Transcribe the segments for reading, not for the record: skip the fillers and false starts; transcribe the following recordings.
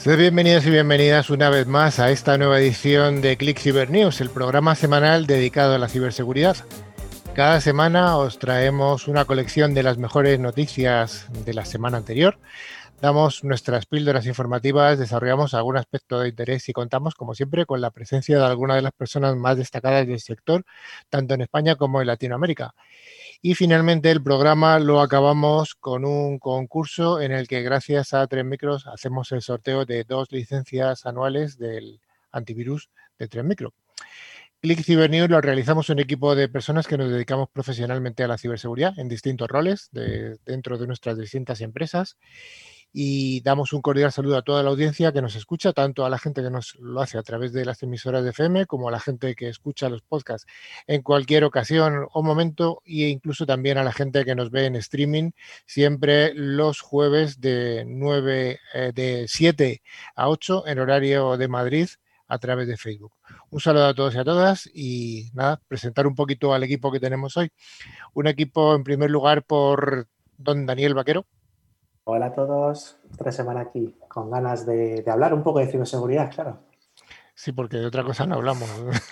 Sed bienvenidos y bienvenidas una vez más a esta nueva edición de Click Cyber News, el programa semanal dedicado a la ciberseguridad. Cada semana os traemos una colección de las mejores noticias de la semana anterior. Damos nuestras píldoras informativas, desarrollamos algún aspecto de interés y contamos, como siempre, con la presencia de algunas de las personas más destacadas del sector, tanto en España como en Latinoamérica. Y finalmente el programa lo acabamos con un concurso en el que gracias a 3 Micros hacemos el sorteo de 2 licencias anuales del antivirus de 3 Micro. Click Cyber News lo realizamos un equipo de personas que nos dedicamos profesionalmente a la ciberseguridad en distintos roles dentro de nuestras distintas empresas. Y damos un cordial saludo a toda la audiencia que nos escucha, tanto a la gente que nos lo hace a través de las emisoras de FM, como a la gente que escucha los podcasts en cualquier ocasión o momento, e incluso también a la gente que nos ve en streaming, siempre los jueves de 7 a 8 en horario de Madrid a través de Facebook. Un saludo a todos y a todas y nada, presentar un poquito al equipo que tenemos hoy. Un equipo en primer lugar por don Daniel Vaquero. Hola a todos, otra semana aquí, con ganas de hablar un poco de ciberseguridad, claro. Sí, porque de otra cosa no hablamos,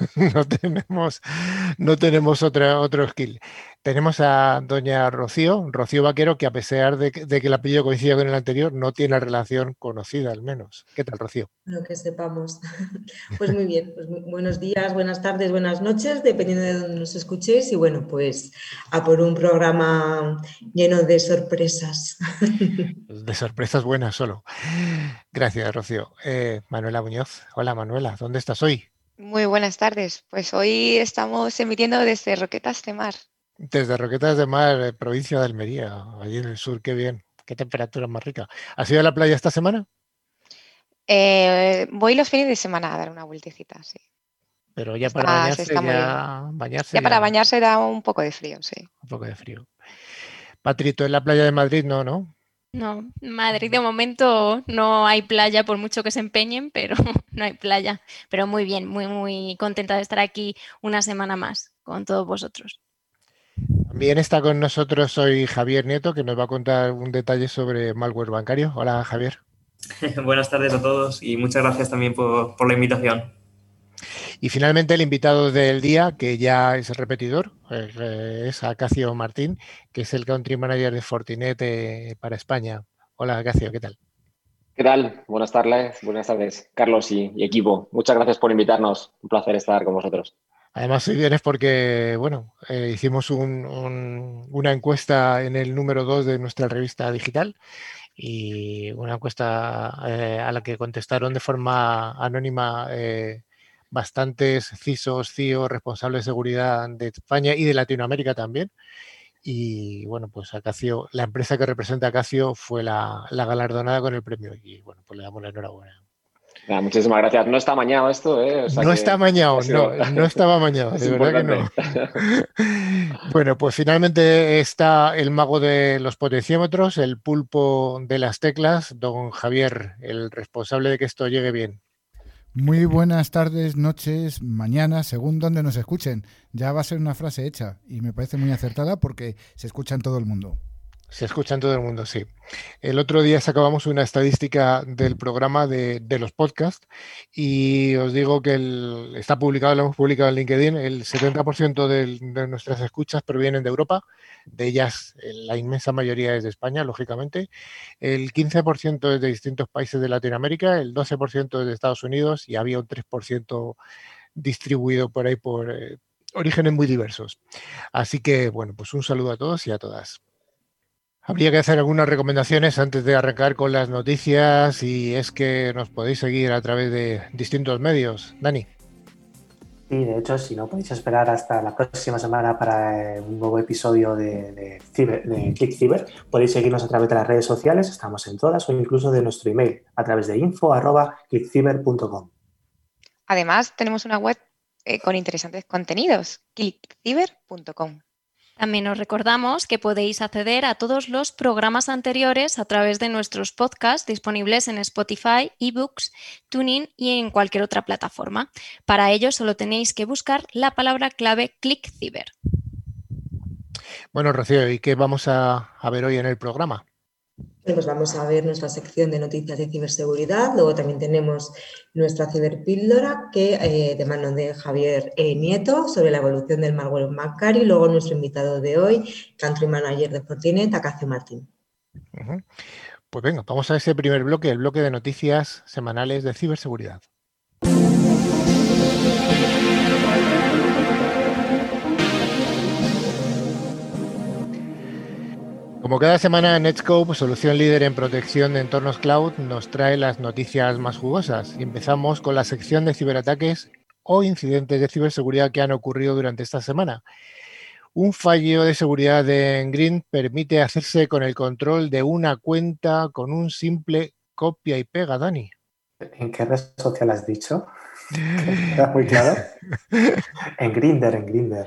no tenemos otro skill. Tenemos a doña Rocío Vaquero, que a pesar de que el apellido coincida con el anterior, no tiene relación conocida al menos. ¿Qué tal, Rocío? Lo que sepamos. Pues muy bien, pues buenos días, buenas tardes, buenas noches, dependiendo de dónde nos escuchéis. Y bueno, pues a por un programa lleno de sorpresas. De sorpresas buenas solo. Gracias, Rocío. Manuela Muñoz. Hola, Manuela. ¿Dónde estás hoy? Muy buenas tardes. Pues hoy estamos emitiendo desde Roquetas de Mar. Desde Roquetas de Mar, provincia de Almería, allí en el sur. Qué bien. Qué temperatura más rica. ¿Has ido a la playa esta semana? Voy los fines de semana a dar una vueltecita, sí. Pero ya para bañarse, ya para bañarse da un poco de frío, sí. Un poco de frío. Patrito, en la playa de Madrid no, ¿no? No, en Madrid de momento no hay playa por mucho que se empeñen, pero no hay playa. Pero muy bien, muy contenta de estar aquí una semana más con todos vosotros. También está con nosotros hoy Javier Nieto, que nos va a contar un detalle sobre malware bancario. Hola, Javier. Buenas tardes a todos y muchas gracias también por la invitación. Y finalmente el invitado del día, que ya es repetidor, es Acacio Martín, que es el Country Manager de Fortinet para España. Hola, Acacio, ¿qué tal? ¿Qué tal? Buenas tardes, Carlos y equipo. Muchas gracias por invitarnos. Un placer estar con vosotros. Además, hoy vienes porque, bueno, hicimos una encuesta en el número 2 de nuestra revista digital y una encuesta a la que contestaron de forma anónima bastantes CISOs, CIO, responsables de seguridad de España y de Latinoamérica también. Y bueno, pues Acacio, la empresa que representa a Acacio fue la galardonada con el premio y bueno, pues le damos la enhorabuena. Muchísimas gracias. No está amañado esto, ¿eh? O sea no está amañado, no estaba amañado, de verdad que no. Bueno, pues finalmente está el mago de los potenciómetros, el pulpo de las teclas, don Javier, el responsable de que esto llegue bien. Muy buenas tardes, noches, mañana, según donde nos escuchen. Ya va a ser una frase hecha y me parece muy acertada porque se escucha en todo el mundo. Se escucha en todo el mundo, sí. El otro día sacábamos una estadística del programa de los podcasts y os digo que está publicado, lo hemos publicado en LinkedIn, el 70% de nuestras escuchas provienen de Europa, de ellas la inmensa mayoría es de España, lógicamente, el 15% es de distintos países de Latinoamérica, el 12% es de Estados Unidos y había un 3% distribuido por ahí por orígenes muy diversos. Así que, bueno, pues un saludo a todos y a todas. Habría que hacer algunas recomendaciones antes de arrancar con las noticias y es que nos podéis seguir a través de distintos medios. Dani. Sí, de hecho, si no podéis esperar hasta la próxima semana para un nuevo episodio de Click Cyber, podéis seguirnos a través de las redes sociales, estamos en todas, o incluso de nuestro email, a través de info@clickcyber.com. Además, tenemos una web con interesantes contenidos, clickcyber.com. También os recordamos que podéis acceder a todos los programas anteriores a través de nuestros podcasts disponibles en Spotify, eBooks, TuneIn y en cualquier otra plataforma. Para ello solo tenéis que buscar la palabra clave ClickCyber. Bueno, Rocío, ¿y qué vamos a ver hoy en el programa? Bueno, pues vamos a ver nuestra sección de noticias de ciberseguridad. Luego también tenemos nuestra ciberpíldora de mano de Javier Nieto sobre la evolución del malware bancario y luego nuestro invitado de hoy, Country Manager de Fortinet, Acacio Martín. Pues venga, vamos a ese primer bloque, el bloque de noticias semanales de ciberseguridad. Como cada semana, Netskope, solución líder en protección de entornos cloud, nos trae las noticias más jugosas. Y empezamos con la sección de ciberataques o incidentes de ciberseguridad que han ocurrido durante esta semana. Un fallo de seguridad en Green permite hacerse con el control de una cuenta con un simple copia y pega, Dani. ¿En qué red social has dicho? ¿Está muy claro? En Grindr.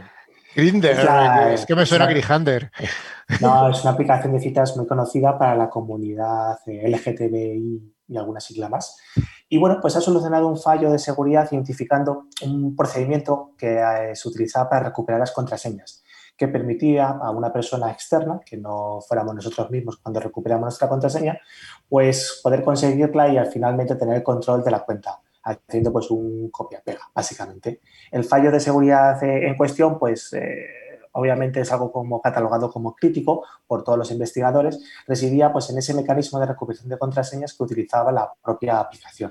Grindr, es que me suena Grijander. No, es una aplicación de citas muy conocida para la comunidad LGTBI y alguna sigla más. Y bueno, pues ha solucionado un fallo de seguridad identificando un procedimiento que se utilizaba para recuperar las contraseñas, que permitía a una persona externa, que no fuéramos nosotros mismos cuando recuperamos nuestra contraseña, pues poder conseguirla y al finalmente tener el control de la cuenta, haciendo pues un copia-pega, básicamente. El fallo de seguridad en cuestión, pues obviamente es algo como catalogado como crítico por todos los investigadores, residía pues en ese mecanismo de recuperación de contraseñas que utilizaba la propia aplicación.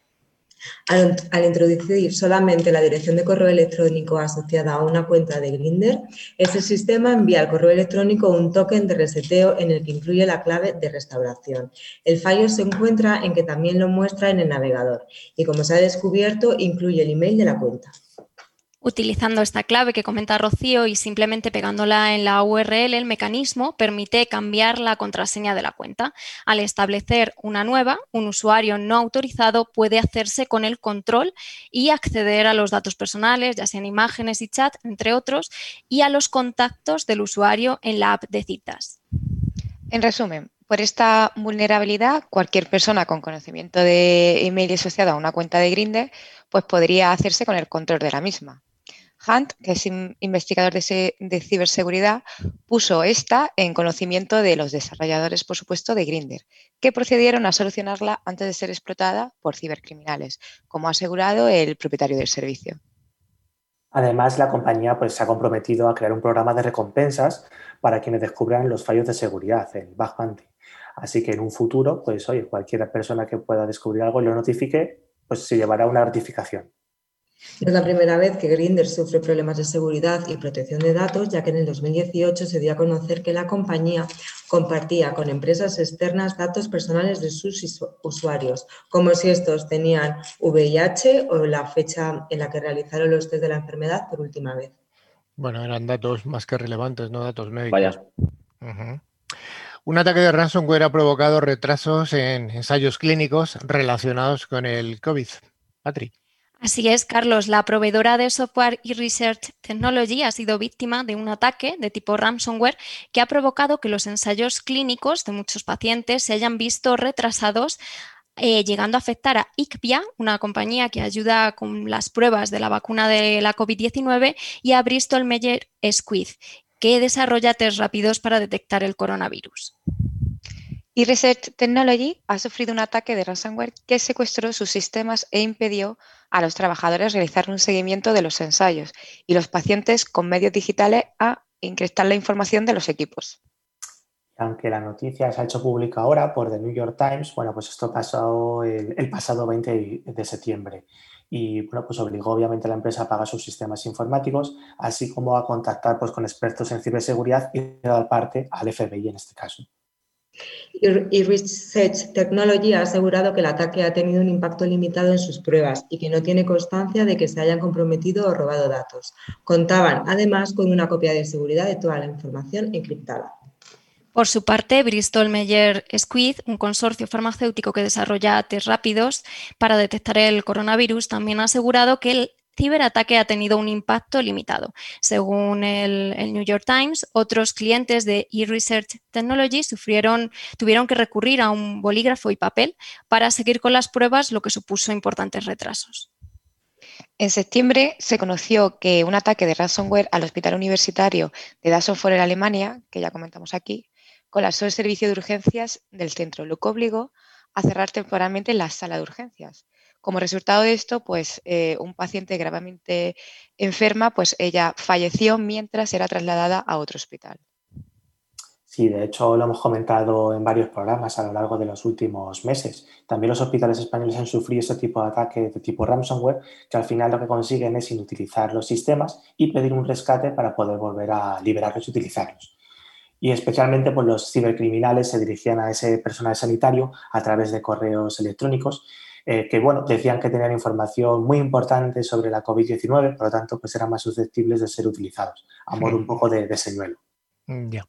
Al introducir solamente la dirección de correo electrónico asociada a una cuenta de Grindr, este sistema envía al correo electrónico un token de reseteo en el que incluye la clave de restauración. El fallo se encuentra en que también lo muestra en el navegador y, como se ha descubierto, incluye el email de la cuenta. Utilizando esta clave que comenta Rocío y simplemente pegándola en la URL, el mecanismo permite cambiar la contraseña de la cuenta. Al establecer una nueva, un usuario no autorizado puede hacerse con el control y acceder a los datos personales, ya sean imágenes y chat, entre otros, y a los contactos del usuario en la app de citas. En resumen, por esta vulnerabilidad, cualquier persona con conocimiento de email asociado a una cuenta de Grindr pues podría hacerse con el control de la misma. Hunt, que es investigador de ciberseguridad, puso esta en conocimiento de los desarrolladores, por supuesto, de Grindr, que procedieron a solucionarla antes de ser explotada por cibercriminales, como ha asegurado el propietario del servicio. Además, la compañía pues, se ha comprometido a crear un programa de recompensas para quienes descubran los fallos de seguridad, el bug bounty. Así que en un futuro, pues oye, cualquier persona que pueda descubrir algo y lo notifique, pues se llevará una gratificación. No es la primera vez que Grindr sufre problemas de seguridad y protección de datos, ya que en el 2018 se dio a conocer que la compañía compartía con empresas externas datos personales de sus usuarios, como si estos tenían VIH o la fecha en la que realizaron los test de la enfermedad por última vez. Bueno, eran datos más que relevantes, no datos médicos. Vaya. Un ataque de ransomware ha provocado retrasos en ensayos clínicos relacionados con el COVID. Patri. Así es, Carlos. La proveedora de software y Research Technology ha sido víctima de un ataque de tipo ransomware que ha provocado que los ensayos clínicos de muchos pacientes se hayan visto retrasados, llegando a afectar a IQVIA, una compañía que ayuda con las pruebas de la vacuna de la COVID-19, y a Bristol Myers Squibb, que desarrolla test rápidos para detectar el coronavirus. Y Research Technology ha sufrido un ataque de ransomware que secuestró sus sistemas e impidió a los trabajadores realizar un seguimiento de los ensayos y los pacientes con medios digitales a encriptar la información de los equipos. Aunque la noticia se ha hecho pública ahora por The New York Times, bueno, pues esto pasó el pasado 20 de septiembre y bueno, pues obligó obviamente a la empresa a pagar sus sistemas informáticos, así como a contactar pues, con expertos en ciberseguridad y dar parte al FBI en este caso. Y Research Technology ha asegurado que el ataque ha tenido un impacto limitado en sus pruebas y que no tiene constancia de que se hayan comprometido o robado datos. Contaban, además, con una copia de seguridad de toda la información encriptada. Por su parte, Bristol Myers Squibb, un consorcio farmacéutico que desarrolla test rápidos para detectar el coronavirus, también ha asegurado que el ciberataque ha tenido un impacto limitado. Según el New York Times, otros clientes de eResearch Technology tuvieron que recurrir a un bolígrafo y papel para seguir con las pruebas, lo que supuso importantes retrasos. En septiembre se conoció que un ataque de ransomware al Hospital Universitario de Dachau en Alemania, que ya comentamos aquí, colapsó el servicio de urgencias del centro, lo que obligó a cerrar temporalmente la sala de urgencias. Como resultado de esto, pues un paciente gravemente enferma, pues ella falleció mientras era trasladada a otro hospital. Sí, de hecho lo hemos comentado en varios programas a lo largo de los últimos meses. También los hospitales españoles han sufrido este tipo de ataques de tipo ransomware, que al final lo que consiguen es inutilizar los sistemas y pedir un rescate para poder volver a liberarlos y utilizarlos. Y especialmente pues, los cibercriminales se dirigían a ese personal sanitario a través de correos electrónicos que, bueno, decían que tenían información muy importante sobre la COVID-19, por lo tanto, pues eran más susceptibles de ser utilizados, a modo un poco de señuelo. Ya.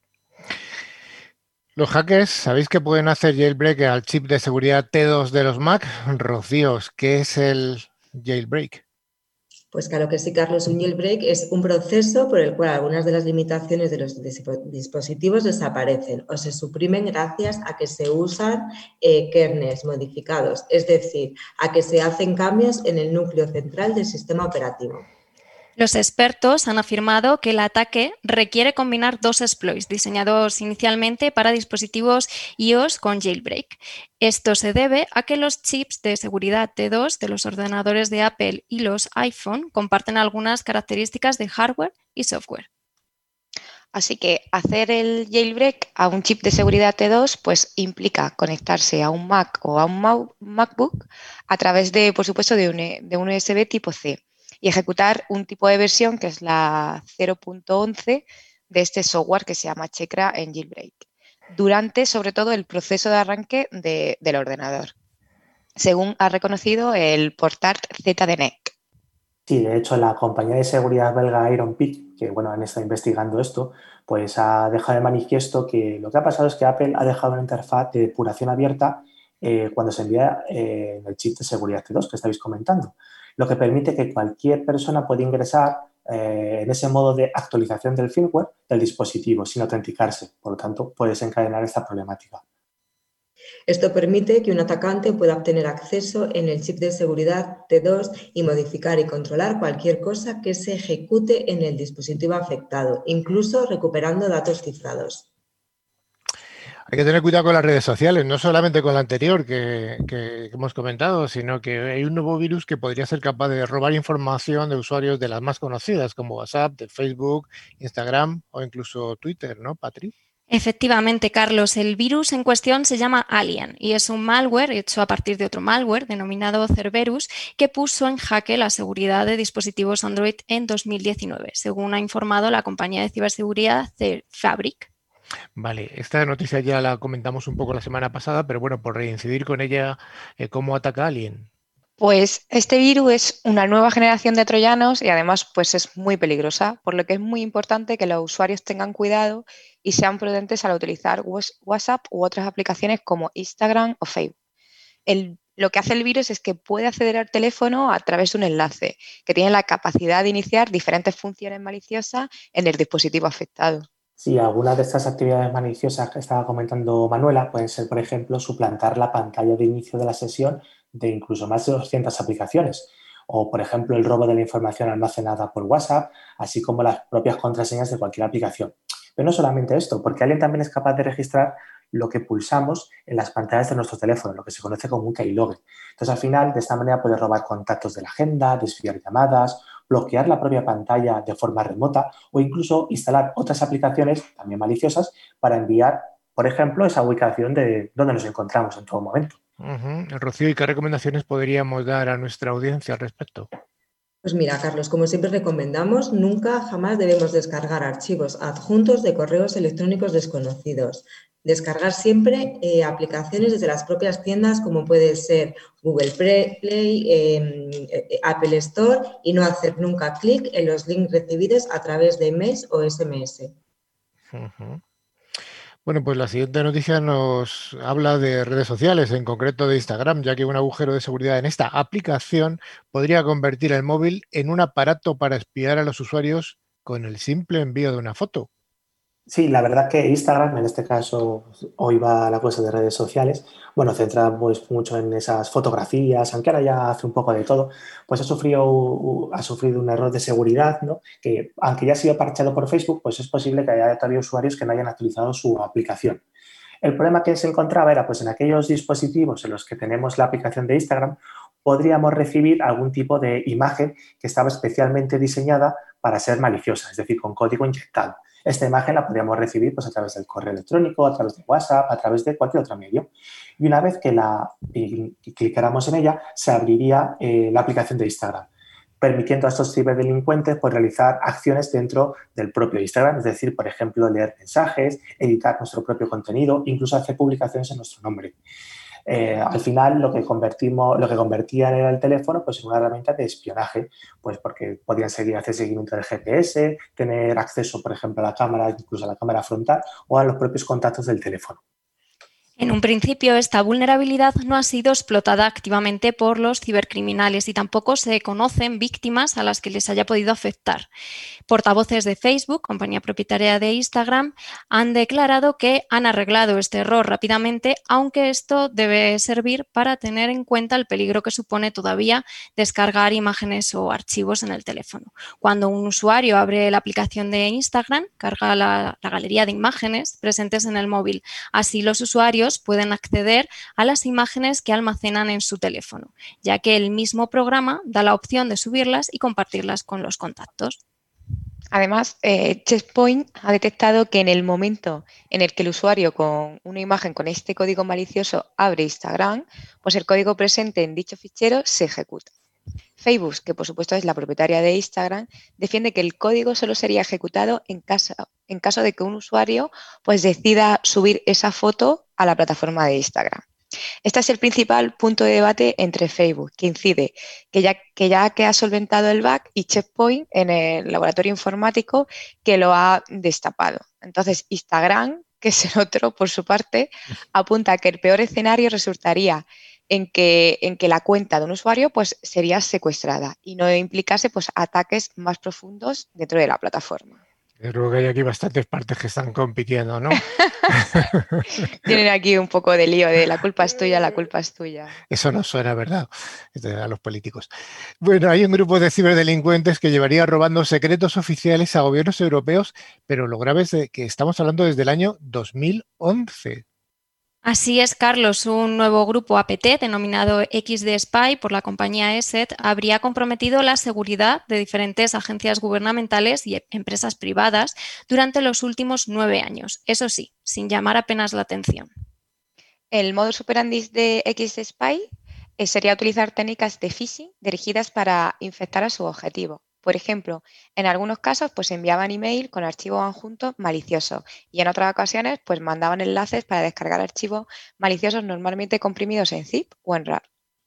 Los hackers, ¿sabéis que pueden hacer jailbreak al chip de seguridad T2 de los Mac? Rocíos, ¿qué es el jailbreak? Pues claro que sí, Carlos. Un jailbreak es un proceso por el cual algunas de las limitaciones de los dispositivos desaparecen o se suprimen gracias a que se usan kernels modificados, es decir, a que se hacen cambios en el núcleo central del sistema operativo. Los expertos han afirmado que el ataque requiere combinar dos exploits diseñados inicialmente para dispositivos iOS con jailbreak. Esto se debe a que los chips de seguridad T2 de los ordenadores de Apple y los iPhone comparten algunas características de hardware y software. Así que hacer el jailbreak a un chip de seguridad T2 pues implica conectarse a un Mac o a un MacBook a través de, por supuesto, de un USB tipo C y ejecutar un tipo de versión que es la 0.11 de este software que se llama Chekra en jailbreak, durante sobre todo el proceso de arranque del ordenador, según ha reconocido el portal ZDNet. Sí, de hecho, la compañía de seguridad belga IronPic, que bueno, han estado investigando esto, pues ha dejado de manifiesto que lo que ha pasado es que Apple ha dejado una interfaz de depuración abierta cuando se envía el chip de seguridad T2 que estáis comentando, lo que permite que cualquier persona pueda ingresar en ese modo de actualización del firmware del dispositivo sin autenticarse. Por lo tanto, puede desencadenar esta problemática. Esto permite que un atacante pueda obtener acceso en el chip de seguridad T2 y modificar y controlar cualquier cosa que se ejecute en el dispositivo afectado, incluso recuperando datos cifrados. Hay que tener cuidado con las redes sociales, no solamente con la anterior que hemos comentado, sino que hay un nuevo virus que podría ser capaz de robar información de usuarios de las más conocidas, como WhatsApp, de Facebook, Instagram o incluso Twitter, ¿no, Patri? Efectivamente, Carlos, el virus en cuestión se llama Alien y es un malware hecho a partir de otro malware denominado Cerberus que puso en jaque la seguridad de dispositivos Android en 2019, según ha informado la compañía de ciberseguridad Fabric. Vale, esta noticia ya la comentamos un poco la semana pasada, pero bueno, por reincidir con ella, ¿cómo ataca Alien? Pues este virus es una nueva generación de troyanos y además pues es muy peligrosa, por lo que es muy importante que los usuarios tengan cuidado y sean prudentes al utilizar WhatsApp u otras aplicaciones como Instagram o Facebook. Lo que hace el virus es que puede acceder al teléfono a través de un enlace que tiene la capacidad de iniciar diferentes funciones maliciosas en el dispositivo afectado. Sí, algunas de estas actividades maliciosas que estaba comentando Manuela pueden ser, por ejemplo, suplantar la pantalla de inicio de la sesión de incluso más de 200 aplicaciones o, por ejemplo, el robo de la información almacenada por WhatsApp, así como las propias contraseñas de cualquier aplicación. Pero no solamente esto, porque alguien también es capaz de registrar lo que pulsamos en las pantallas de nuestro teléfono, lo que se conoce como un keylogger. Entonces, al final, de esta manera puede robar contactos de la agenda, desviar llamadas, bloquear la propia pantalla de forma remota o incluso instalar otras aplicaciones también maliciosas para enviar, por ejemplo, esa ubicación de donde nos encontramos en todo momento. Rocío, ¿y qué recomendaciones podríamos dar a nuestra audiencia al respecto? Pues mira, Carlos, como siempre recomendamos, nunca jamás debemos descargar archivos adjuntos de correos electrónicos desconocidos. Descargar siempre aplicaciones desde las propias tiendas como puede ser Google Play, Apple Store y no hacer nunca clic en los links recibidos a través de emails o SMS. Bueno, pues la siguiente noticia nos habla de redes sociales, en concreto de Instagram, ya que un agujero de seguridad en esta aplicación podría convertir el móvil en un aparato para espiar a los usuarios con el simple envío de una foto. Sí, la verdad que Instagram, en este caso, hoy va la cosa de redes sociales, bueno, centrada pues mucho en esas fotografías, aunque ahora ya hace un poco de todo, pues ha sufrido un error de seguridad, ¿no? Que aunque ya ha sido parchado por Facebook, pues es posible que haya todavía usuarios que no hayan actualizado su aplicación. El problema que se encontraba era, pues en aquellos dispositivos en los que tenemos la aplicación de Instagram, podríamos recibir algún tipo de imagen que estaba especialmente diseñada para ser maliciosa, es decir, con código inyectado. Esta imagen la podríamos recibir pues, a través del correo electrónico, a través de WhatsApp, a través de cualquier otro medio. Y una vez que clicáramos en ella, se abriría la aplicación de Instagram, permitiendo a estos ciberdelincuentes pues, realizar acciones dentro del propio Instagram, es decir, por ejemplo, leer mensajes, editar nuestro propio contenido, incluso hacer publicaciones en nuestro nombre. Al final lo que convertían era el teléfono pues, en una herramienta de espionaje, pues porque podían hacer seguimiento del GPS, tener acceso, por ejemplo, a la cámara, incluso a la cámara frontal o a los propios contactos del teléfono. En un principio, esta vulnerabilidad no ha sido explotada activamente por los cibercriminales y tampoco se conocen víctimas a las que les haya podido afectar. Portavoces de Facebook, compañía propietaria de Instagram, han declarado que han arreglado este error rápidamente, aunque esto debe servir para tener en cuenta el peligro que supone todavía descargar imágenes o archivos en el teléfono. Cuando un usuario abre la aplicación de Instagram, carga la galería de imágenes presentes en el móvil. Así los usuarios pueden acceder a las imágenes que almacenan en su teléfono, ya que el mismo programa da la opción de subirlas y compartirlas con los contactos. Además, Checkpoint ha detectado que en el momento en el que el usuario con una imagen con este código malicioso abre Instagram, pues el código presente en dicho fichero se ejecuta. Facebook, que por supuesto es la propietaria de Instagram, defiende que el código solo sería ejecutado en caso de que un usuario pues, decida subir esa foto a la plataforma de Instagram. Este es el principal punto de debate entre Facebook, que incide que ya ha solventado el bug, y Checkpoint en el laboratorio informático que lo ha destapado. Entonces, Instagram, que es el otro, por su parte, apunta a que el peor escenario resultaría en que la cuenta de un usuario pues, sería secuestrada y no implicase pues, ataques más profundos dentro de la plataforma. Creo que hay aquí bastantes partes que están compitiendo, ¿no? Tienen aquí un poco de lío de la culpa es tuya, la culpa es tuya. Eso no suena verdad a los políticos. Bueno, hay un grupo de ciberdelincuentes que llevaría robando secretos oficiales a gobiernos europeos, pero lo grave es que estamos hablando desde el año 2011. Así es, Carlos. Un nuevo grupo APT, denominado XD Spy por la compañía ESET, habría comprometido la seguridad de diferentes agencias gubernamentales y empresas privadas durante los últimos 9 años. Eso sí, sin llamar apenas la atención. El modus operandi de XD Spy sería utilizar técnicas de phishing dirigidas para infectar a su objetivo. Por ejemplo, en algunos casos pues enviaban email con archivos adjuntos maliciosos y en otras ocasiones pues mandaban enlaces para descargar archivos maliciosos normalmente comprimidos en zip o en RAR.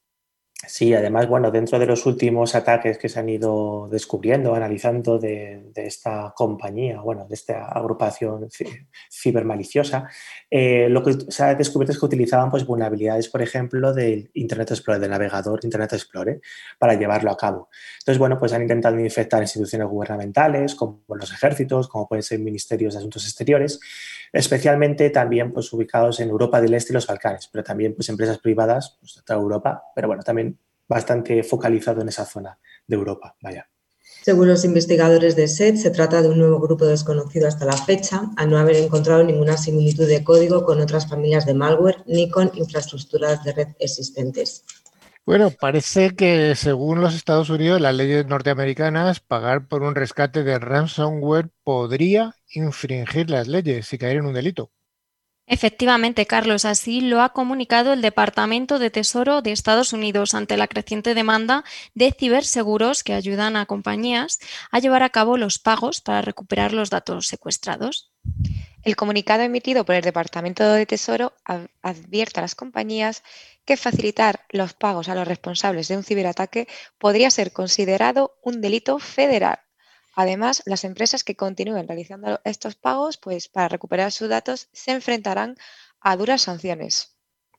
Sí, además, bueno, dentro de los últimos ataques que se han ido descubriendo, analizando de esta compañía, bueno, de esta agrupación cibermaliciosa, lo que se ha descubierto es que utilizaban pues, vulnerabilidades, por ejemplo, del Internet Explorer, del navegador Internet Explorer, para llevarlo a cabo. Entonces, bueno, pues han intentado infectar instituciones gubernamentales, como los ejércitos, como pueden ser ministerios de Asuntos Exteriores, especialmente también pues, ubicados en Europa del Este y los Balcanes, pero también pues, empresas privadas pues, de toda Europa, pero bueno, también bastante focalizado en esa zona de Europa, vaya. Según los investigadores de SET, se trata de un nuevo grupo desconocido hasta la fecha, al no haber encontrado ninguna similitud de código con otras familias de malware ni con infraestructuras de red existentes. Bueno, parece que según los Estados Unidos, las leyes norteamericanas, pagar por un rescate de ransomware podría infringir las leyes y caer en un delito. Efectivamente, Carlos, así lo ha comunicado el Departamento de Tesoro de Estados Unidos ante la creciente demanda de ciberseguros que ayudan a compañías a llevar a cabo los pagos para recuperar los datos secuestrados. El comunicado emitido por el Departamento de Tesoro advierte a las compañías que facilitar los pagos a los responsables de un ciberataque podría ser considerado un delito federal. Además, las empresas que continúen realizando estos pagos, pues para recuperar sus datos, se enfrentarán a duras sanciones.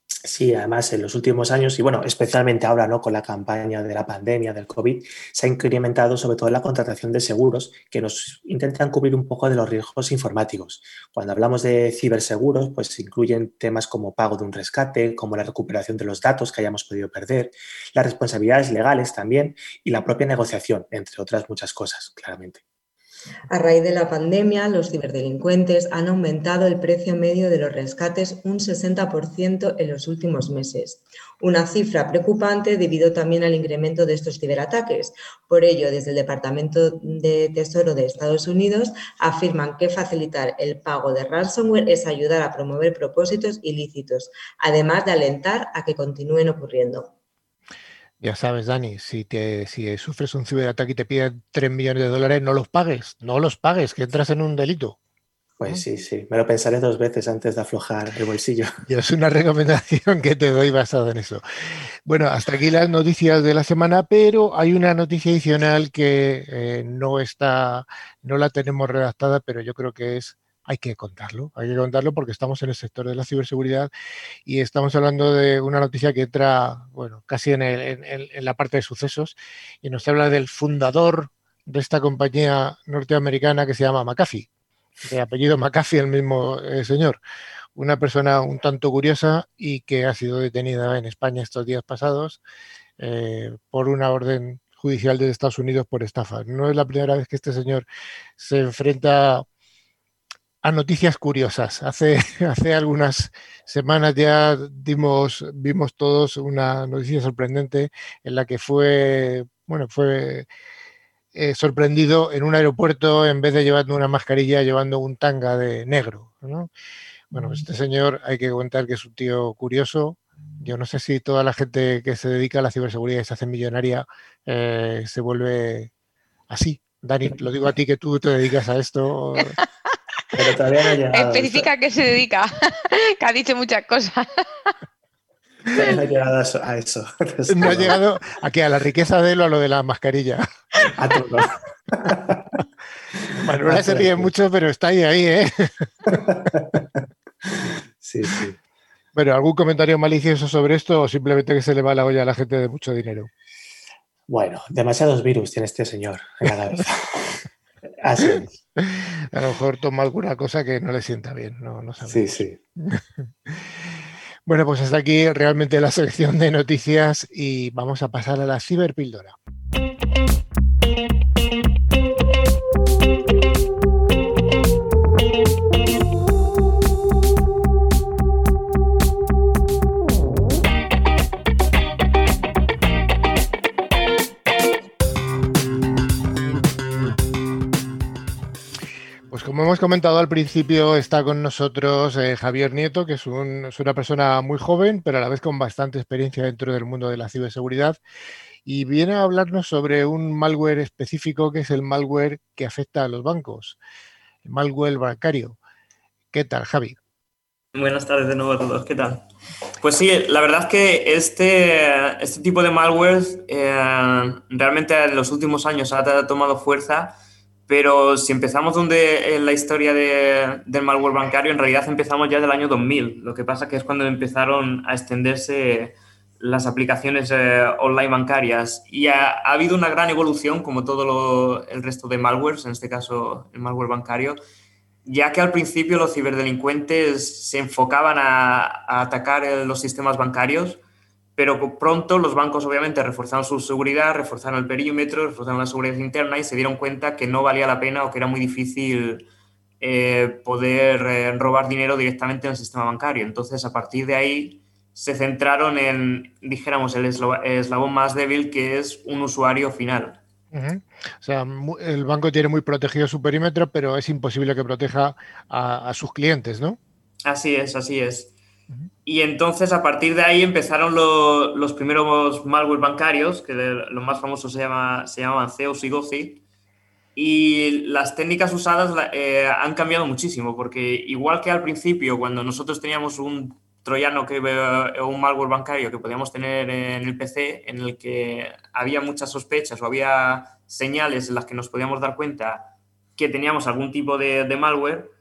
Sí, además en los últimos años, y bueno, especialmente ahora, ¿no? Con la campaña de la pandemia, del COVID, se ha incrementado sobre todo la contratación de seguros que nos intentan cubrir un poco de los riesgos informáticos. Cuando hablamos de ciberseguros, pues incluyen temas como pago de un rescate, como la recuperación de los datos que hayamos podido perder, las responsabilidades legales también y la propia negociación, entre otras muchas cosas, claramente. A raíz de la pandemia, los ciberdelincuentes han aumentado el precio medio de los rescates un 60% en los últimos meses, una cifra preocupante debido también al incremento de estos ciberataques. Por ello, desde el Departamento de Tesoro de Estados Unidos afirman que facilitar el pago de ransomware es ayudar a promover propósitos ilícitos, además de alentar a que continúen ocurriendo. Ya sabes, Dani, si sufres un ciberataque y te piden 3 millones de dólares, no los pagues, que entras en un delito. Pues sí, me lo pensaré 2 veces antes de aflojar el bolsillo. Y es una recomendación que te doy basada en eso. Bueno, hasta aquí las noticias de la semana, pero hay una noticia adicional que no la tenemos redactada, pero yo creo que hay que contarlo porque estamos en el sector de la ciberseguridad y estamos hablando de una noticia que entra, bueno, casi en la parte de sucesos y nos habla del fundador de esta compañía norteamericana que se llama McAfee, de apellido McAfee, el mismo señor. Una persona un tanto curiosa y que ha sido detenida en España estos días pasados por una orden judicial de Estados Unidos por estafa. No es la primera vez que este señor se enfrenta a noticias curiosas. Hace algunas semanas ya vimos todos una noticia sorprendente en la que fue sorprendido en un aeropuerto, en vez de llevando una mascarilla, llevando un tanga de negro, ¿no? Bueno, pues este señor hay que contar que es un tío curioso. Yo no sé si toda la gente que se dedica a la ciberseguridad y se hace millonaria se vuelve así. Dani, lo digo a ti que tú te dedicas a esto. Pero todavía no ha llegado. Especifica a qué se dedica, que ha dicho muchas cosas. Todavía no ha llegado a eso. No ha llegado a la riqueza de él o a lo de la mascarilla. A todo. Manuela se ríe mucho, pero está ahí, ¿eh? Sí. Bueno, ¿algún comentario malicioso sobre esto o simplemente que se le va la olla a la gente de mucho dinero? Bueno, demasiados virus tiene este señor en la cabeza. Así es. A lo mejor toma alguna cosa que no le sienta bien, no sabemos. Sí. Bueno, pues hasta aquí realmente la sección de noticias y vamos a pasar a la ciberpíldora. Pues como hemos comentado al principio, está con nosotros Javier Nieto, que es una persona muy joven, pero a la vez con bastante experiencia dentro del mundo de la ciberseguridad, y viene a hablarnos sobre un malware específico que es el malware que afecta a los bancos, el malware bancario. ¿Qué tal, Javi? Buenas tardes de nuevo a todos, ¿qué tal? Pues sí, la verdad es que este tipo de malware realmente en los últimos años ha tomado fuerza. Pero si empezamos en la historia del malware bancario, en realidad empezamos ya del año 2000. Lo que pasa que es cuando empezaron a extenderse las aplicaciones online bancarias. Y ha habido una gran evolución, como todo el resto de malwares, en este caso el malware bancario, ya que al principio los ciberdelincuentes se enfocaban a atacar los sistemas bancarios, pero pronto los bancos obviamente reforzaron su seguridad, reforzaron el perímetro, reforzaron la seguridad interna y se dieron cuenta que no valía la pena o que era muy difícil poder robar dinero directamente en el sistema bancario. Entonces, a partir de ahí se centraron en, dijéramos, el eslabón más débil, que es un usuario final. Uh-huh. O sea, el banco tiene muy protegido su perímetro, pero es imposible que proteja a sus clientes, ¿no? Así es. Y entonces, a partir de ahí, empezaron los primeros malware bancarios, que los más famosos se llamaban Zeus y Gothic. Y las técnicas usadas han cambiado muchísimo, porque igual que al principio, cuando nosotros teníamos un troyano o un malware bancario que podíamos tener en el PC, en el que había muchas sospechas o había señales en las que nos podíamos dar cuenta que teníamos algún tipo de malware,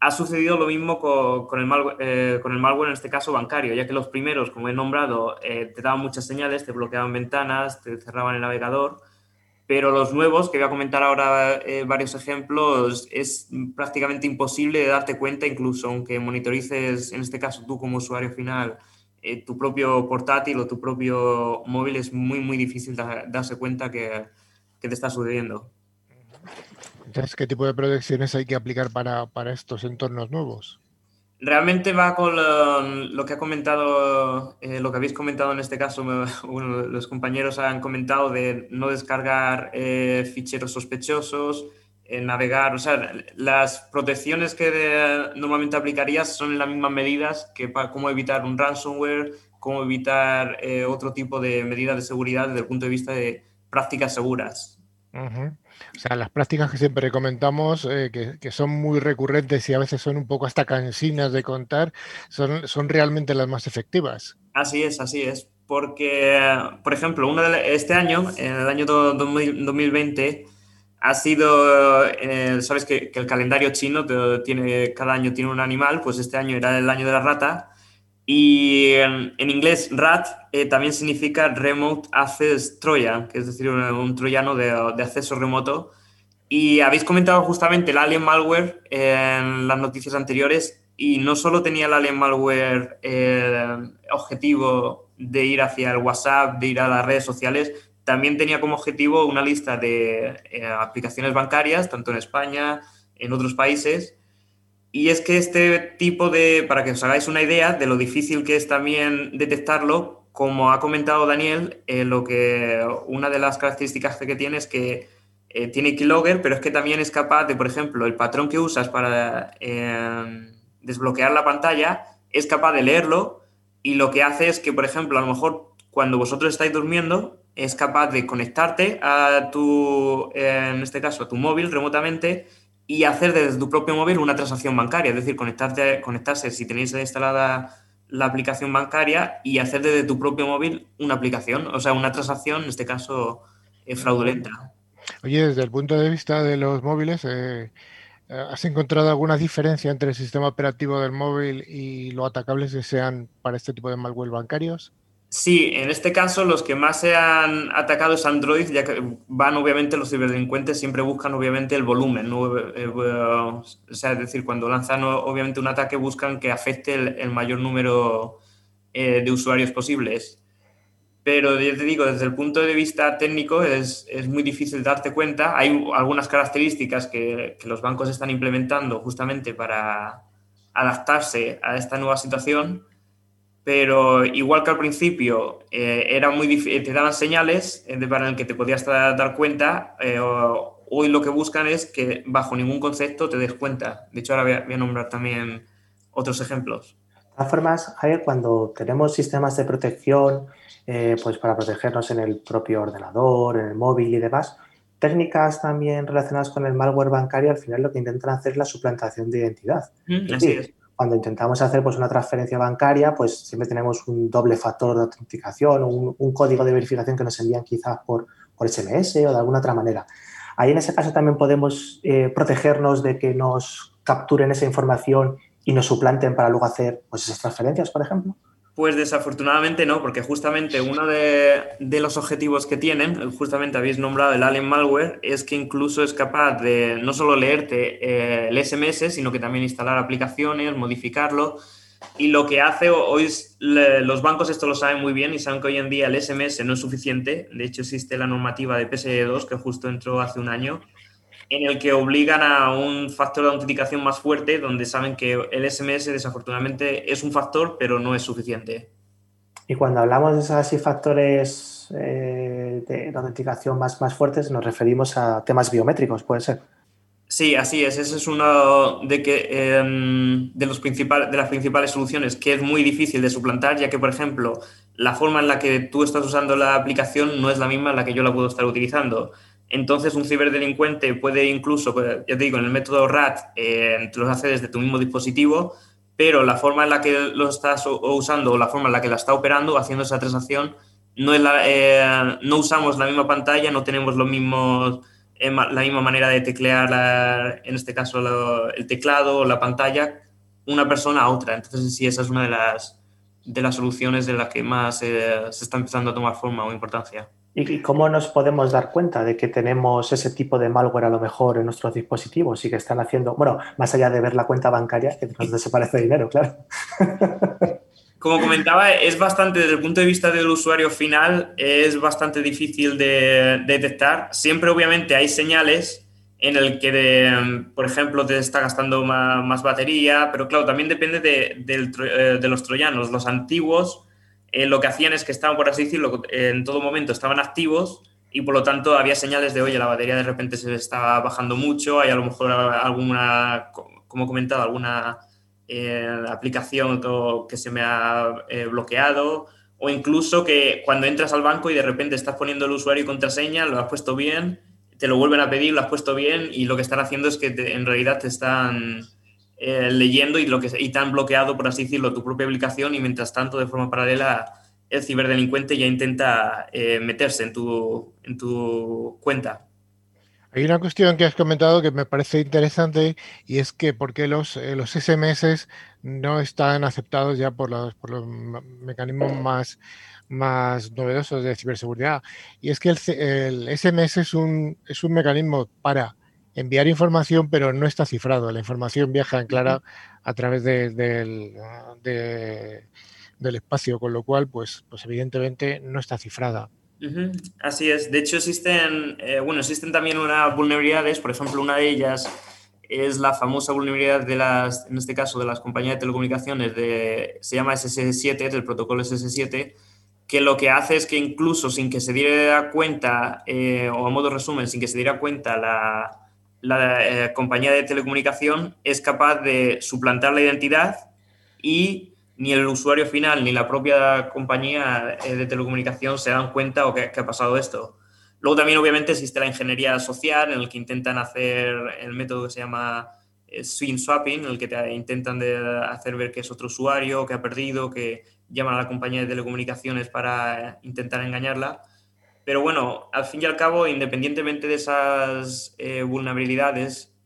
ha sucedido lo mismo con el malware, en este caso bancario, ya que los primeros, como he nombrado, te daban muchas señales, te bloqueaban ventanas, te cerraban el navegador, pero los nuevos, que voy a comentar ahora varios ejemplos, es prácticamente imposible de darte cuenta, incluso aunque monitorices, en este caso tú como usuario final, tu propio portátil o tu propio móvil, es muy, muy difícil darse cuenta que te está sucediendo. Entonces, ¿qué tipo de protecciones hay que aplicar para estos entornos nuevos? Realmente va con lo que ha comentado, lo que habéis comentado en este caso, los compañeros han comentado de no descargar ficheros sospechosos, navegar, o sea, las protecciones que normalmente aplicarías son en las mismas medidas que para cómo evitar un ransomware, cómo evitar otro tipo de medidas de seguridad desde el punto de vista de prácticas seguras. O sea, las prácticas que siempre comentamos, que son muy recurrentes y a veces son un poco hasta cansinas de contar, son realmente las más efectivas. Así es. Porque, por ejemplo, este año, en el año 2020, ha sido, sabes que el calendario chino cada año tiene un animal, pues este año era el año de la rata. Y en inglés, RAT también significa Remote Access Trojan, que es decir, un troyano de acceso remoto. Y habéis comentado justamente el Alien Malware en las noticias anteriores, y no solo tenía el Alien Malware objetivo de ir hacia el WhatsApp, de ir a las redes sociales, también tenía como objetivo una lista de aplicaciones bancarias, tanto en España, en otros países. Y es que este tipo para que os hagáis una idea de lo difícil que es también detectarlo, como ha comentado Daniel, una de las características que tiene es que tiene keylogger, pero es que también es capaz de, por ejemplo, el patrón que usas para desbloquear la pantalla, es capaz de leerlo, y lo que hace es que, por ejemplo, a lo mejor cuando vosotros estáis durmiendo, es capaz de conectarte a en este caso, a tu móvil remotamente, y hacer desde tu propio móvil una transacción bancaria, es decir, conectarse si tenéis instalada la aplicación bancaria, y hacer desde tu propio móvil una aplicación, o sea, una transacción, en este caso, fraudulenta. Oye, desde el punto de vista de los móviles, ¿has encontrado alguna diferencia entre el sistema operativo del móvil y lo atacables que sean para este tipo de malware bancarios? Sí, en este caso los que más se han atacado es Android, ya que obviamente los ciberdelincuentes siempre buscan obviamente el volumen, ¿no? O sea, es decir, cuando lanzan obviamente un ataque buscan que afecte el mayor número de usuarios posibles. Pero ya te digo, desde el punto de vista técnico es muy difícil darte cuenta. Hay algunas características que los bancos están implementando justamente para adaptarse a esta nueva situación, pero igual que al principio era muy difícil, te daban señales para el que te podías dar cuenta, hoy lo que buscan es que bajo ningún concepto te des cuenta. De hecho, ahora voy a nombrar también otros ejemplos. De todas formas, Javier, cuando tenemos sistemas de protección, pues para protegernos en el propio ordenador, en el móvil y demás, técnicas también relacionadas con el malware bancario, al final lo que intentan hacer es la suplantación de identidad. Así es. Cuando intentamos hacer pues, una transferencia bancaria, pues siempre tenemos un doble factor de autenticación o un código de verificación que nos envían quizás por SMS o de alguna otra manera. Ahí en ese caso también podemos protegernos de que nos capturen esa información y nos suplanten para luego hacer pues, esas transferencias, por ejemplo. Pues desafortunadamente no, porque justamente uno de los objetivos que tienen, justamente habéis nombrado el Alien Malware, es que incluso es capaz de no solo leerte el SMS, sino que también instalar aplicaciones, modificarlo. Y lo que hace hoy, los bancos esto lo saben muy bien y saben que hoy en día el SMS no es suficiente. De hecho, existe la normativa de PSD2 que justo entró hace un año, en el que obligan a un factor de autenticación más fuerte, donde saben que el SMS desafortunadamente es un factor, pero no es suficiente. Y cuando hablamos de esos factores de autenticación más fuertes, nos referimos a temas biométricos, ¿puede ser? Sí, así es. Ese es uno de las principales soluciones que es muy difícil de suplantar, ya que, por ejemplo, la forma en la que tú estás usando la aplicación no es la misma en la que yo la puedo estar utilizando. Entonces, un ciberdelincuente puede incluso, ya te digo, en el método RAT, te lo hace desde tu mismo dispositivo, pero la forma en la que lo estás usando o la forma en la que la está operando, haciendo esa transacción, no usamos la misma pantalla, no tenemos los mismos la misma manera de teclear, en este caso, el teclado o la pantalla, una persona a otra. Entonces, sí, esa es una de las soluciones de las que más se está empezando a tomar forma o importancia. ¿Y cómo nos podemos dar cuenta de que tenemos ese tipo de malware a lo mejor en nuestros dispositivos y que están haciendo, bueno, más allá de ver la cuenta bancaria, que nos desaparece dinero, claro? Como comentaba, es bastante, desde el punto de vista del usuario final, es bastante difícil de detectar. Siempre, obviamente, hay señales en el que, por ejemplo, te está gastando más batería, pero claro, también depende de los troyanos. Los antiguos lo que hacían es que estaban, por así decirlo, en todo momento estaban activos y por lo tanto había señales de, oye, la batería de repente se está bajando mucho, hay a lo mejor alguna, como he comentado, alguna aplicación que se me ha bloqueado, o incluso que cuando entras al banco y de repente estás poniendo el usuario y contraseña, lo has puesto bien, te lo vuelven a pedir, lo has puesto bien y lo que están haciendo es que en realidad te están leyendo y te han bloqueado, por así decirlo, tu propia aplicación y mientras tanto, de forma paralela, el ciberdelincuente ya intenta meterse en tu cuenta. Hay una cuestión que has comentado que me parece interesante y es que por qué los SMS no están aceptados ya por los mecanismos más novedosos de ciberseguridad. Y es que el SMS es un mecanismo para enviar información, pero no está cifrado. La información viaja en clara a través del espacio, con lo cual, pues evidentemente no está cifrada. Así es. De hecho, existen también unas vulnerabilidades. Por ejemplo, una de ellas es la famosa vulnerabilidad en este caso, de las compañías de telecomunicaciones, se llama SS7, del protocolo SS7, que lo que hace es que incluso sin que se diera cuenta, o a modo resumen, sin que se diera cuenta la compañía de telecomunicación, es capaz de suplantar la identidad y ni el usuario final ni la propia compañía de telecomunicación se dan cuenta o que ha pasado esto. Luego también, obviamente, existe la ingeniería social en el que intentan hacer el método que se llama SIM swapping, en el que te intentan hacer ver que es otro usuario, que ha perdido, que llaman a la compañía de telecomunicaciones para intentar engañarla. Pero bueno, al fin y al cabo, independientemente de esas vulnerabilidades,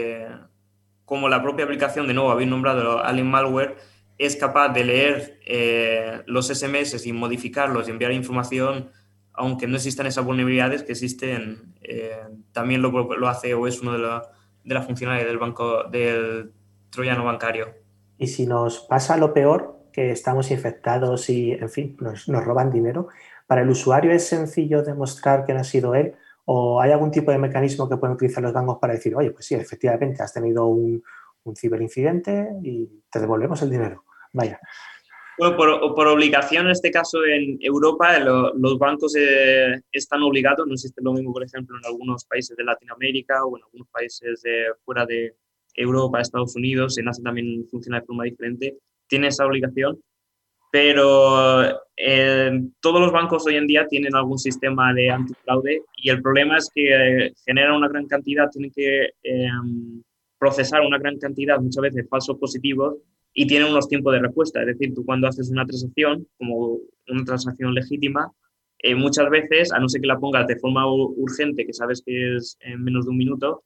como la propia aplicación, de nuevo, habéis nombrado Alien Malware, es capaz de leer los SMS y modificarlos y enviar información, aunque no existan esas vulnerabilidades que existen, también lo hace o es una de las funcionalidades del troyano bancario. Y si nos pasa lo peor, que estamos infectados y, en fin, nos roban dinero, ¿para el usuario es sencillo demostrar que no ha sido él? ¿O hay algún tipo de mecanismo que pueden utilizar los bancos para decir, oye, pues sí, efectivamente has tenido un ciberincidente y te devolvemos el dinero? Vaya. Bueno, por obligación, en este caso en Europa, los bancos están obligados, no existe lo mismo, por ejemplo, en algunos países de Latinoamérica o en algunos países fuera de Europa, Estados Unidos, en Asia también funciona de forma diferente, tiene esa obligación, pero todos los bancos hoy en día tienen algún sistema de antifraude y el problema es que generan una gran cantidad, tienen que procesar una gran cantidad, muchas veces, falsos positivos y tienen unos tiempos de respuesta. Es decir, tú cuando haces una transacción, como una transacción legítima, muchas veces, a no ser que la pongas de forma urgente, que sabes que es en menos de un minuto,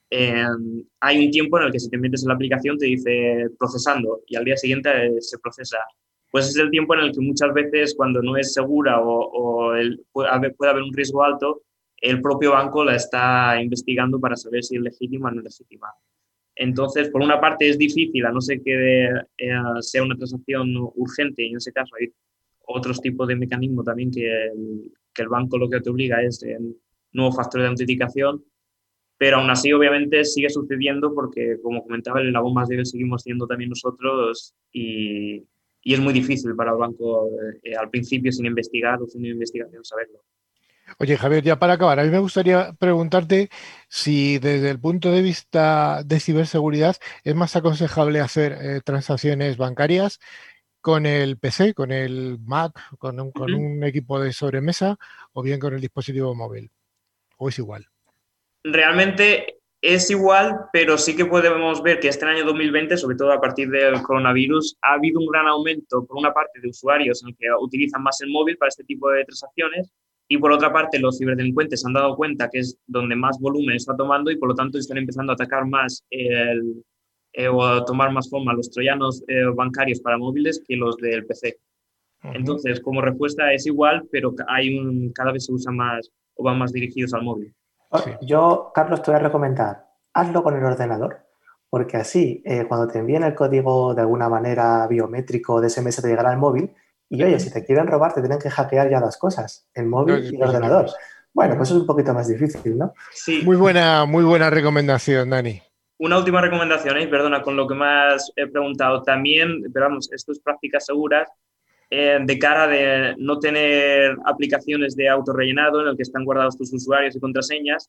hay un tiempo en el que si te metes en la aplicación te dice procesando y al día siguiente se procesa. Pues es el tiempo en el que muchas veces, cuando no es segura o puede haber un riesgo alto, el propio banco la está investigando para saber si es legítima o no es legítima. Entonces, por una parte es difícil, a no ser que sea una transacción urgente, y en ese caso hay otros tipos de mecanismos también que el banco lo que te obliga es el nuevo factor de autenticación, pero aún así obviamente sigue sucediendo porque, como comentaba, el eslabón más débil seguimos siendo también nosotros y es muy difícil para el banco al principio, sin investigar o sin investigación, saberlo. Oye, Javier, ya para acabar, a mí me gustaría preguntarte si desde el punto de vista de ciberseguridad es más aconsejable hacer transacciones bancarias con el PC, con el Mac, con un equipo de sobremesa o bien con el dispositivo móvil. ¿O es igual? Realmente es igual, pero sí que podemos ver que este año 2020, sobre todo a partir del coronavirus, ha habido un gran aumento, por una parte, de usuarios en el que utilizan más el móvil para este tipo de transacciones Y por otra parte, los ciberdelincuentes se han dado cuenta que es donde más volumen está tomando y por lo tanto están empezando a atacar más o a tomar más forma los troyanos bancarios para móviles que los del PC. Entonces, como respuesta es igual, pero cada vez se usa más o van más dirigidos al móvil. Sí. Yo, Carlos, te voy a recomendar, hazlo con el ordenador, porque así, cuando te envíen el código de alguna manera biométrico de SMS te llegará al móvil y, oye, si te quieren robar te tienen que hackear ya dos cosas, el móvil y el ordenador. Bueno, pues es un poquito más difícil, ¿no? Sí. Muy buena recomendación, Dani. Una última recomendación, perdona, con lo que me has preguntado también, pero vamos, esto es prácticas seguras, de cara de no tener aplicaciones de autorrellenado en el que están guardados tus usuarios y contraseñas,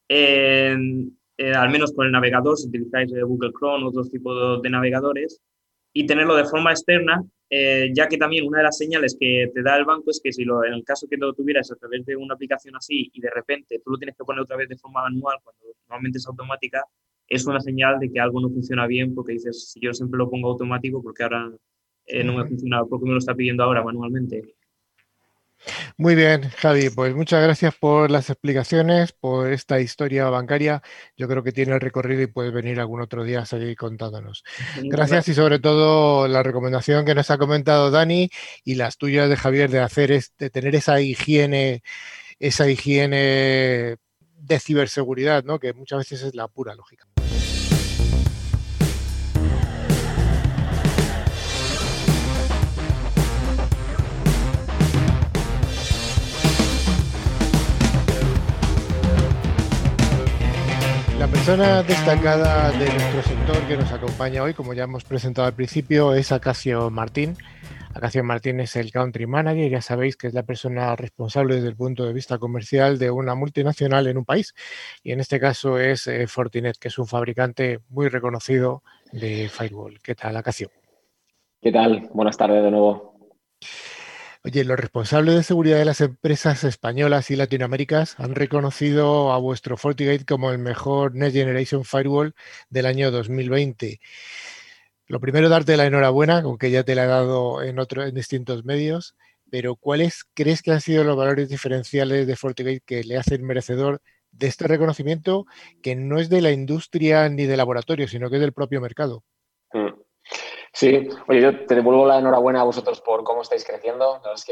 al menos con el navegador, si utilizáis Google Chrome o otros tipos de navegadores, y tenerlo de forma externa, ya que también una de las señales que te da el banco es que en el caso que lo tuvieras a través de una aplicación así y de repente tú lo tienes que poner otra vez de forma manual cuando normalmente es automática, es una señal de que algo no funciona bien, porque dices, si yo siempre lo pongo automático, porque ahora no me funciona, porque me lo está pidiendo ahora manualmente. Muy bien, Javi, pues muchas gracias por las explicaciones, por esta historia bancaria. Yo creo que tiene el recorrido y puedes venir algún otro día a seguir contándonos. Gracias y sobre todo la recomendación que nos ha comentado Dani y las tuyas de Javier de tener esa higiene de ciberseguridad, ¿no? Que muchas veces es la pura lógica. La persona destacada de nuestro sector que nos acompaña hoy, como ya hemos presentado al principio, es Acacio Martín. Acacio Martín es el Country Manager, ya sabéis que es la persona responsable desde el punto de vista comercial de una multinacional en un país. Y en este caso es Fortinet, que es un fabricante muy reconocido de firewall. ¿Qué tal, Acacio? ¿Qué tal? Buenas tardes de nuevo. Oye, los responsables de seguridad de las empresas españolas y latinoaméricas han reconocido a vuestro FortiGate como el mejor Next Generation Firewall del año 2020. Lo primero, darte la enhorabuena, aunque ya te la he dado en distintos medios, pero ¿cuáles crees que han sido los valores diferenciales de FortiGate que le hacen merecedor de este reconocimiento, que no es de la industria ni de laboratorio, sino que es del propio mercado? Sí, oye, yo te devuelvo la enhorabuena a vosotros por cómo estáis creciendo. La verdad es que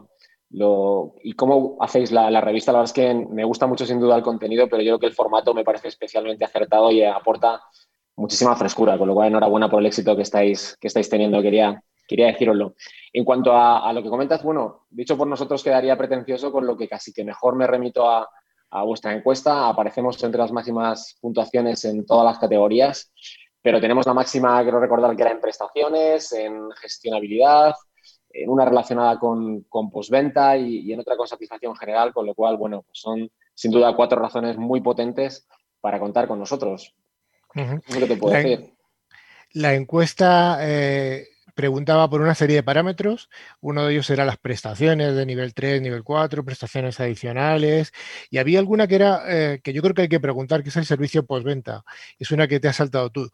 y cómo hacéis la revista, la verdad es que me gusta mucho sin duda el contenido, pero yo creo que el formato me parece especialmente acertado y aporta muchísima frescura, con lo cual enhorabuena por el éxito que estáis teniendo, quería decíroslo. En cuanto a lo que comentas, bueno, dicho por nosotros quedaría pretencioso, con lo que casi que mejor me remito a vuestra encuesta. Aparecemos entre las máximas puntuaciones en todas las categorías, pero tenemos la máxima, quiero recordar que era en prestaciones, en gestionabilidad, en una relacionada con postventa y en otra con satisfacción general, con lo cual, bueno, pues son sin duda 4 razones muy potentes para contar con nosotros. Uh-huh. Es lo que te puedo decir. La encuesta preguntaba por una serie de parámetros. Uno de ellos era las prestaciones de nivel 3, nivel 4, prestaciones adicionales. Y había alguna que era, que yo creo que hay que preguntar, que es el servicio postventa. Es una que te ha saltado tú.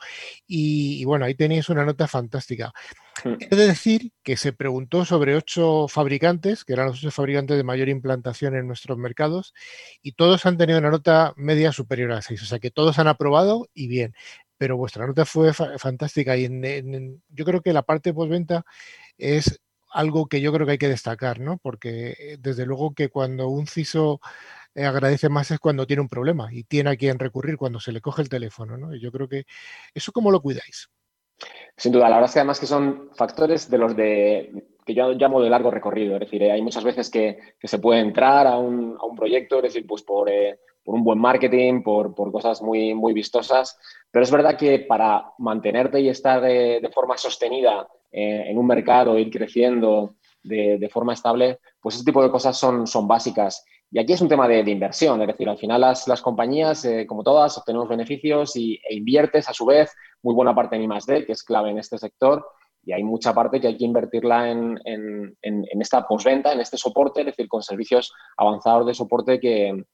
Y bueno, ahí tenéis una nota fantástica. He de decir que se preguntó sobre 8 fabricantes, que eran los 8 fabricantes de mayor implantación en nuestros mercados, y todos han tenido una nota media superior a 6. O sea que todos han aprobado y bien. Pero vuestra nota fue fantástica y yo creo que la parte postventa es algo que yo creo que hay que destacar, ¿no? Porque desde luego que cuando un CISO agradece más es cuando tiene un problema y tiene a quien recurrir cuando se le coge el teléfono, ¿no? Y yo creo que eso, ¿cómo lo cuidáis? Sin duda, la verdad es que además que son factores de los que yo llamo de largo recorrido. Es decir, hay muchas veces que se puede entrar a un proyecto, es decir, pues por un buen marketing, por cosas muy, muy vistosas. Pero es verdad que para mantenerte y estar de forma sostenida en un mercado, ir creciendo de forma estable, pues ese tipo de cosas son básicas. Y aquí es un tema de inversión, es decir, al final las compañías, como todas, obtenemos beneficios e inviertes a su vez muy buena parte en I+D, que es clave en este sector, y hay mucha parte que hay que invertirla en esta postventa, en este soporte, es decir, con servicios avanzados de soporte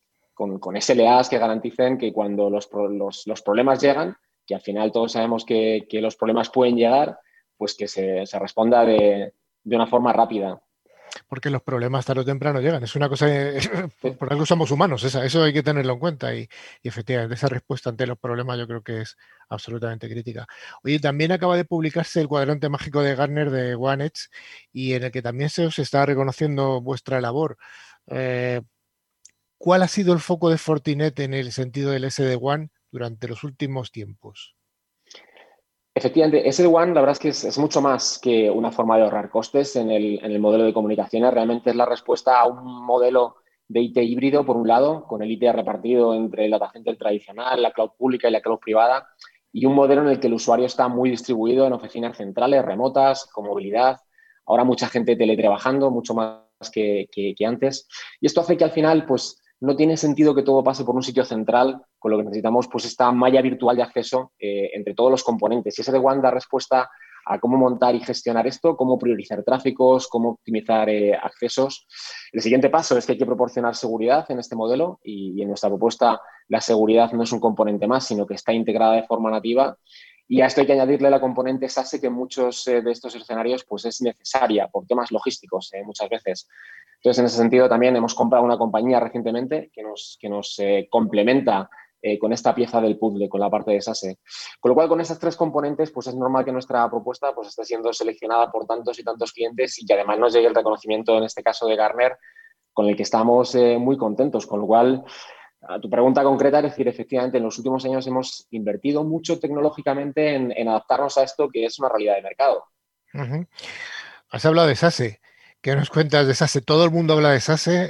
con SLAs que garanticen que cuando los problemas llegan, que al final todos sabemos que los problemas pueden llegar, pues que se responda de una forma rápida. porque los problemas tarde o temprano llegan. Es una cosa, por algo somos humanos, eso hay que tenerlo en cuenta y efectivamente esa respuesta ante los problemas yo creo que es absolutamente crítica. Oye, también acaba de publicarse el cuadrante mágico de Gartner de One Edge y en el que también se os está reconociendo vuestra labor. ¿Cuál ha sido el foco de Fortinet en el sentido del SD-WAN durante los últimos tiempos? Efectivamente, SD-WAN la verdad es que es mucho más que una forma de ahorrar costes en el modelo de comunicaciones. Realmente es la respuesta a un modelo de IT híbrido, por un lado, con el IT repartido entre el data center tradicional, la cloud pública y la cloud privada, y un modelo en el que el usuario está muy distribuido en oficinas centrales, remotas, con movilidad. Ahora mucha gente teletrabajando, mucho más que antes. Y esto hace que al final, pues, no tiene sentido que todo pase por un sitio central, con lo que necesitamos pues esta malla virtual de acceso entre todos los componentes. Y SD-WAN da respuesta a cómo montar y gestionar esto, cómo priorizar tráficos, cómo optimizar accesos. El siguiente paso es que hay que proporcionar seguridad en este modelo y en nuestra propuesta la seguridad no es un componente más, sino que está integrada de forma nativa. Y a esto hay que añadirle la componente SASE, que en muchos de estos escenarios pues es necesaria por temas logísticos muchas veces. Entonces, en ese sentido, también hemos comprado una compañía recientemente que nos complementa con esta pieza del puzzle, con la parte de SASE. Con lo cual, con esas tres componentes, pues es normal que nuestra propuesta pues, esté siendo seleccionada por tantos y tantos clientes y que además nos llegue el reconocimiento, en este caso de Gartner, con el que estamos muy contentos. Con lo cual, a tu pregunta concreta, es decir, efectivamente, en los últimos años hemos invertido mucho tecnológicamente en adaptarnos a esto, que es una realidad de mercado. Uh-huh. Has hablado de SASE. ¿Qué nos cuentas de SASE? Todo el mundo habla de SASE.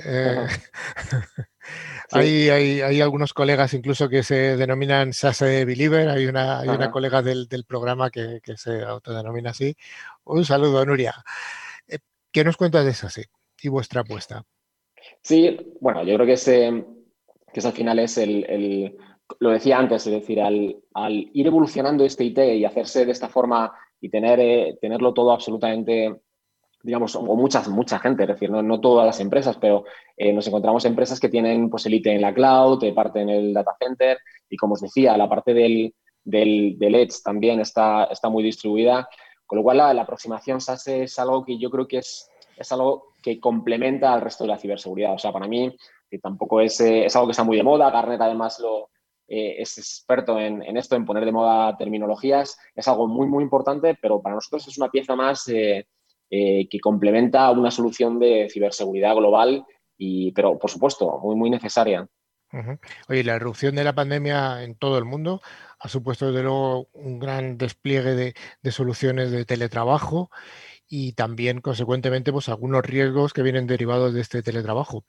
Sí. Hay algunos colegas incluso que se denominan SASE Believer. Hay una colega del programa que se autodenomina así. Un saludo, Nuria. ¿Qué nos cuentas de SASE y vuestra apuesta? Sí, bueno, yo creo que es al final es lo decía antes, es decir, al ir evolucionando este IT y hacerse de esta forma y tenerlo todo absolutamente, digamos, o mucha gente, es decir, no todas las empresas, pero nos encontramos empresas que tienen pues, el IT en la cloud, parte en el data center y, como os decía, la parte del Edge también está muy distribuida, con lo cual la aproximación SASE es algo que yo creo que es algo que complementa al resto de la ciberseguridad. O sea, para mí que tampoco es algo que está muy de moda. Gartner además es experto en esto, en poner de moda terminologías. Es algo muy, muy importante, pero para nosotros es una pieza más que complementa una solución de ciberseguridad global, pero por supuesto, muy, muy necesaria. Uh-huh. Oye, la irrupción de la pandemia en todo el mundo ha supuesto desde luego un gran despliegue de soluciones de teletrabajo y también, consecuentemente, pues algunos riesgos que vienen derivados de este teletrabajo.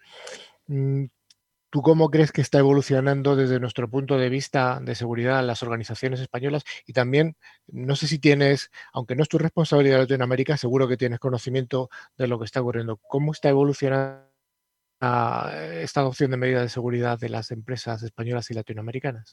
¿Tú cómo crees que está evolucionando desde nuestro punto de vista de seguridad las organizaciones españolas? Y también, no sé si tienes, aunque no es tu responsabilidad de Latinoamérica, seguro que tienes conocimiento de lo que está ocurriendo. ¿Cómo está evolucionando esta adopción de medidas de seguridad de las empresas españolas y latinoamericanas?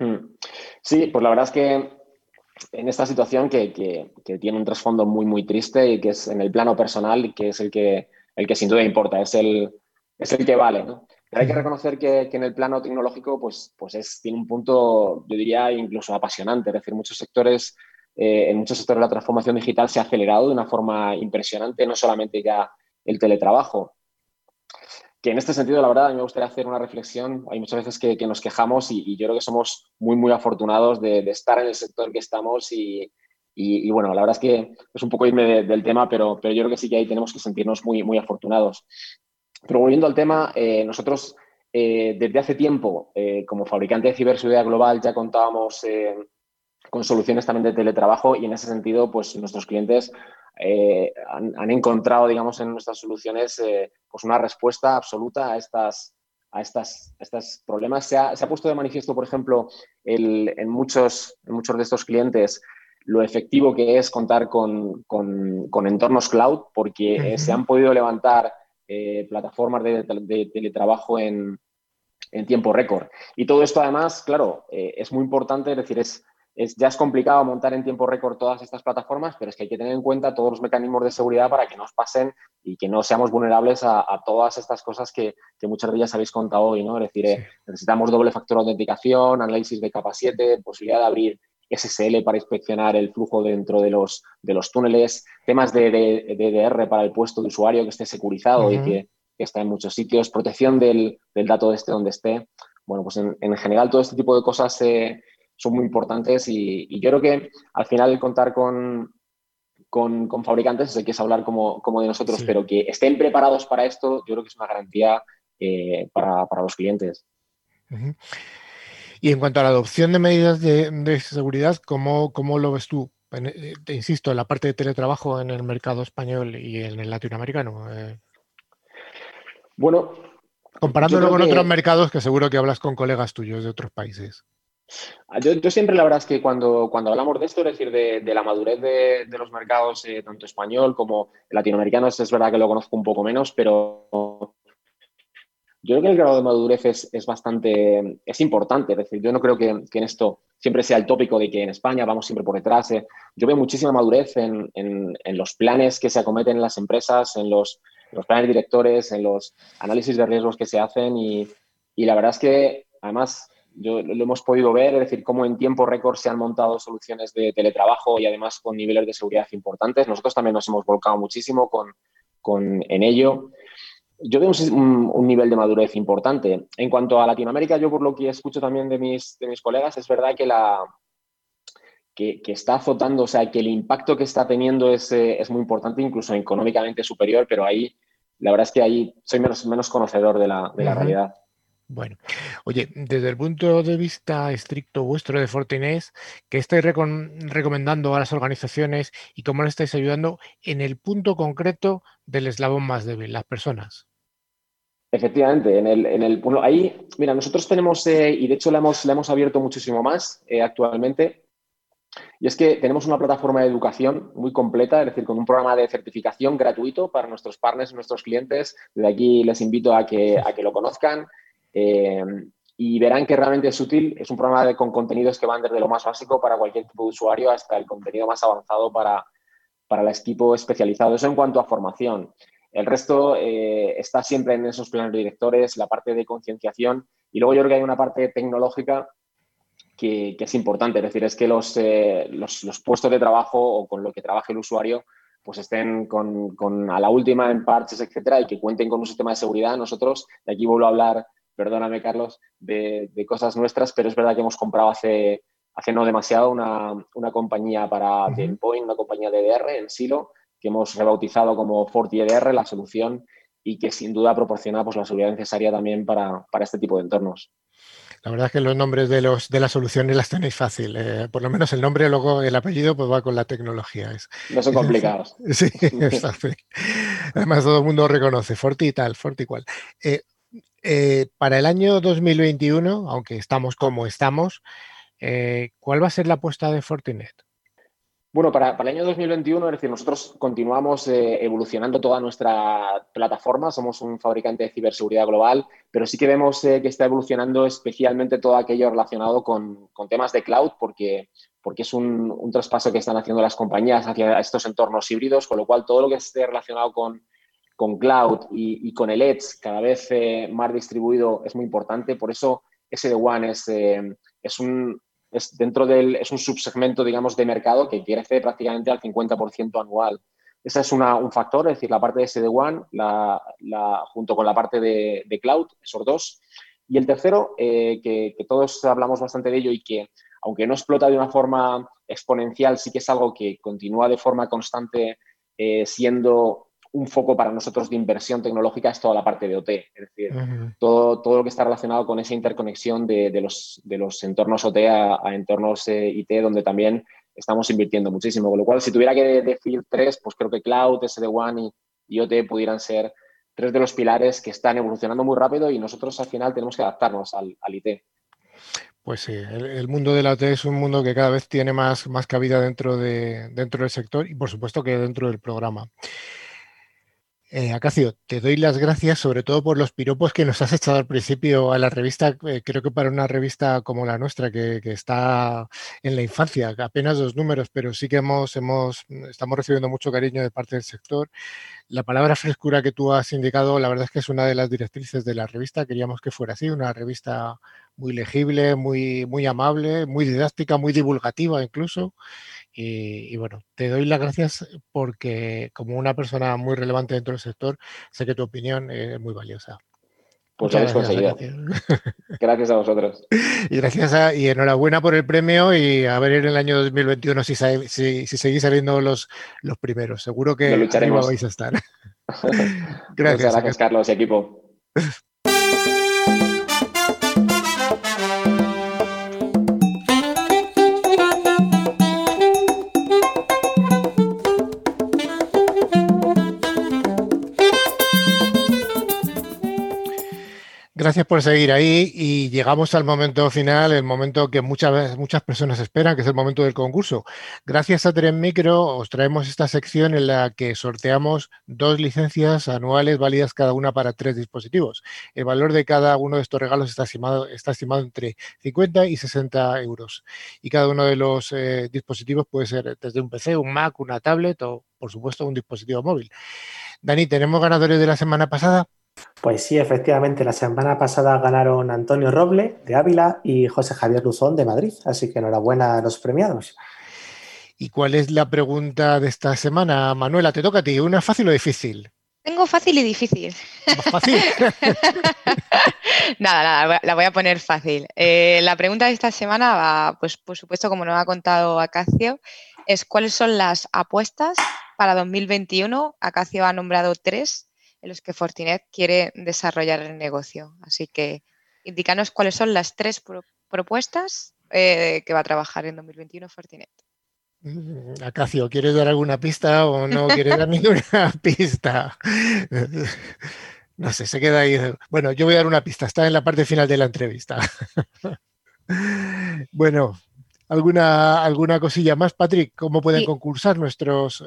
Sí, pues la verdad es que en esta situación que tiene un trasfondo muy, muy triste y que es en el plano personal y que es el que sin duda importa, es el que vale, ¿no? Pero hay que reconocer que en el plano tecnológico pues tiene un punto, yo diría, incluso apasionante. Es decir, en muchos sectores la transformación digital se ha acelerado de una forma impresionante, no solamente ya el teletrabajo. Que en este sentido, la verdad, a mí me gustaría hacer una reflexión. Hay muchas veces que nos quejamos y yo creo que somos muy, muy afortunados de estar en el sector que estamos y bueno, la verdad es que es un poco irme del tema, pero yo creo que sí que ahí tenemos que sentirnos muy, muy afortunados. Pero volviendo al tema, nosotros desde hace tiempo, como fabricante de ciberseguridad global, ya contábamos con soluciones también de teletrabajo y en ese sentido, pues nuestros clientes han encontrado, digamos, en nuestras soluciones pues una respuesta absoluta a estos problemas. Se ha puesto de manifiesto, por ejemplo, en muchos de estos clientes lo efectivo que es contar con entornos cloud, porque se han podido levantar plataformas de teletrabajo en tiempo récord. Y todo esto, además, claro, es muy importante, es decir, ya es complicado montar en tiempo récord todas estas plataformas, pero es que hay que tener en cuenta todos los mecanismos de seguridad para que nos pasen y que no seamos vulnerables a todas estas cosas que muchas de ellas habéis contado hoy, ¿no? Es decir, necesitamos doble factor de autenticación, análisis de capa 7, posibilidad de abrir SSL para inspeccionar el flujo dentro de los túneles, temas de DDR para el puesto de usuario que esté securizado y que está en muchos sitios, protección del dato donde esté. Bueno, pues en general todo este tipo de cosas son muy importantes y yo creo que al final el contar con fabricantes, sé que es hablar como de nosotros, pero que estén preparados para esto, yo creo que es una garantía para los clientes. Y en cuanto a la adopción de medidas de seguridad, ¿cómo lo ves tú? Te insisto, en la parte de teletrabajo en el mercado español y en el latinoamericano. Bueno, comparándolo con otros mercados que seguro que hablas con colegas tuyos de otros países. Yo siempre, la verdad es que cuando hablamos de esto, es decir, de la madurez de los mercados, tanto español como latinoamericanos, es verdad que lo conozco un poco menos, pero yo creo que el grado de madurez es importante. Es decir, yo no creo que en esto siempre sea el tópico de que en España vamos siempre por detrás. Yo veo muchísima madurez en los planes que se acometen en las empresas, en los planes directores, en los análisis de riesgos que se hacen y la verdad es que, además, lo hemos podido ver, es decir, cómo en tiempo récord se han montado soluciones de teletrabajo y además con niveles de seguridad importantes. Nosotros también nos hemos volcado muchísimo en ello. Yo veo un nivel de madurez importante. En cuanto a Latinoamérica, yo por lo que escucho también de mis colegas, es verdad que está azotando, o sea, que el impacto que está teniendo es muy importante, incluso económicamente superior, pero ahí, la verdad es que ahí soy menos conocedor de la realidad. Bueno, oye, desde el punto de vista estricto vuestro de Fortinet, ¿qué estáis recomendando a las organizaciones y cómo le estáis ayudando en el punto concreto del eslabón más débil, las personas? Efectivamente, ahí, mira, nosotros tenemos, y de hecho la hemos abierto muchísimo más actualmente, y es que tenemos una plataforma de educación muy completa, es decir, con un programa de certificación gratuito para nuestros partners y nuestros clientes. Desde aquí les invito a que lo conozcan. Y verán que realmente es útil. Es un programa con contenidos que van desde lo más básico para cualquier tipo de usuario hasta el contenido más avanzado para el equipo especializado. Eso en cuanto a formación. El resto está siempre en esos planes directores, la parte de concienciación y luego yo creo que hay una parte tecnológica que es importante. Es decir, es que los puestos de trabajo o con lo que trabaje el usuario pues estén a la última en parches, etcétera, y que cuenten con un sistema de seguridad. Nosotros, de aquí vuelvo a hablar, perdóname Carlos, de cosas nuestras, pero es verdad que hemos comprado hace no demasiado una compañía para de endpoint, una compañía de EDR en Silo, que hemos rebautizado como FortiEDR, la solución, y que sin duda proporciona pues, la seguridad necesaria también para este tipo de entornos. La verdad es que los nombres de las soluciones las tenéis fácil. Por lo menos el nombre, luego el apellido, pues va con la tecnología. No son complicados. Sí, es fácil. Además, todo el mundo reconoce Forti y tal, Forti cual. Para el año 2021, aunque estamos como estamos, ¿cuál va a ser la apuesta de Fortinet? Bueno, para el año 2021, es decir, nosotros continuamos evolucionando toda nuestra plataforma. Somos un fabricante de ciberseguridad global, pero sí que vemos que está evolucionando especialmente todo aquello relacionado con temas de cloud, porque es un traspaso que están haciendo las compañías hacia estos entornos híbridos, con lo cual todo lo que esté relacionado con cloud y con el edge cada vez más distribuido es muy importante. Por eso SD-WAN es un subsegmento, digamos, de mercado que crece prácticamente al 50% anual. Ese es un factor, es decir, la parte de SD-WAN junto con la parte de cloud, esos dos. Y el tercero, que todos hablamos bastante de ello y que, aunque no explota de una forma exponencial, sí que es algo que continúa de forma constante siendo un foco para nosotros de inversión tecnológica, es toda la parte de OT. Es decir, todo lo que está relacionado con esa interconexión de los entornos OT a entornos IT, donde también estamos invirtiendo muchísimo. Con lo cual, si tuviera que decir tres, pues creo que Cloud, SD-WAN y OT pudieran ser tres de los pilares que están evolucionando muy rápido y nosotros al final tenemos que adaptarnos al IT. Pues sí, el mundo de la OT es un mundo que cada vez tiene más cabida dentro del sector y por supuesto que dentro del programa. Acacio, te doy las gracias sobre todo por los piropos que nos has echado al principio a la revista. Creo que para una revista como la nuestra, que está en la infancia, apenas 2 números, pero sí que estamos recibiendo mucho cariño de parte del sector. La palabra frescura que tú has indicado, la verdad es que es una de las directrices de la revista. Queríamos que fuera así, una revista muy legible, muy amable, muy didáctica, muy divulgativa incluso. Y bueno, te doy las gracias porque como una persona muy relevante dentro del sector, sé que tu opinión es muy valiosa. Pues lo Muchas habéis gracias, conseguido. Acacio. Gracias a vosotros. Y enhorabuena por el premio y a ver en el año 2021 si seguís saliendo los primeros. Seguro Lo que arriba lucharemos. vais a estar. Muchas Gracias, gracias, Carlos y equipo. Gracias por seguir ahí y llegamos al momento final, el momento que muchas personas esperan, que es el momento del concurso. Gracias a Tren Micro os traemos esta sección en la que sorteamos 2 licencias anuales válidas cada una para 3 dispositivos. El valor de cada uno de estos regalos está estimado entre 50 y 60 euros. Y cada uno de los dispositivos puede ser desde un PC, un Mac, una tablet o, por supuesto, un dispositivo móvil. Dani, ¿tenemos ganadores de la semana pasada? Pues sí, efectivamente, la semana pasada ganaron Antonio Roble, de Ávila, y José Javier Luzón, de Madrid. Así que enhorabuena a los premiados. ¿Y cuál es la pregunta de esta semana? Manuela, te toca a ti. ¿Una fácil o difícil? Tengo fácil y difícil. ¿Más fácil? Nada, la voy a poner fácil. La pregunta de esta semana va, pues por supuesto, como nos ha contado Acacio, es ¿cuáles son las apuestas para 2021? Acacio ha nombrado 3 en los que Fortinet quiere desarrollar el negocio. Así que indícanos cuáles son las 3 propuestas que va a trabajar en 2021 Fortinet. Acacio, ¿quieres dar alguna pista o no quieres dar ninguna pista? No sé, se queda ahí. Bueno, yo voy a dar una pista, está en la parte final de la entrevista. Bueno, ¿alguna cosilla más, Patrick? ¿Cómo pueden concursar nuestros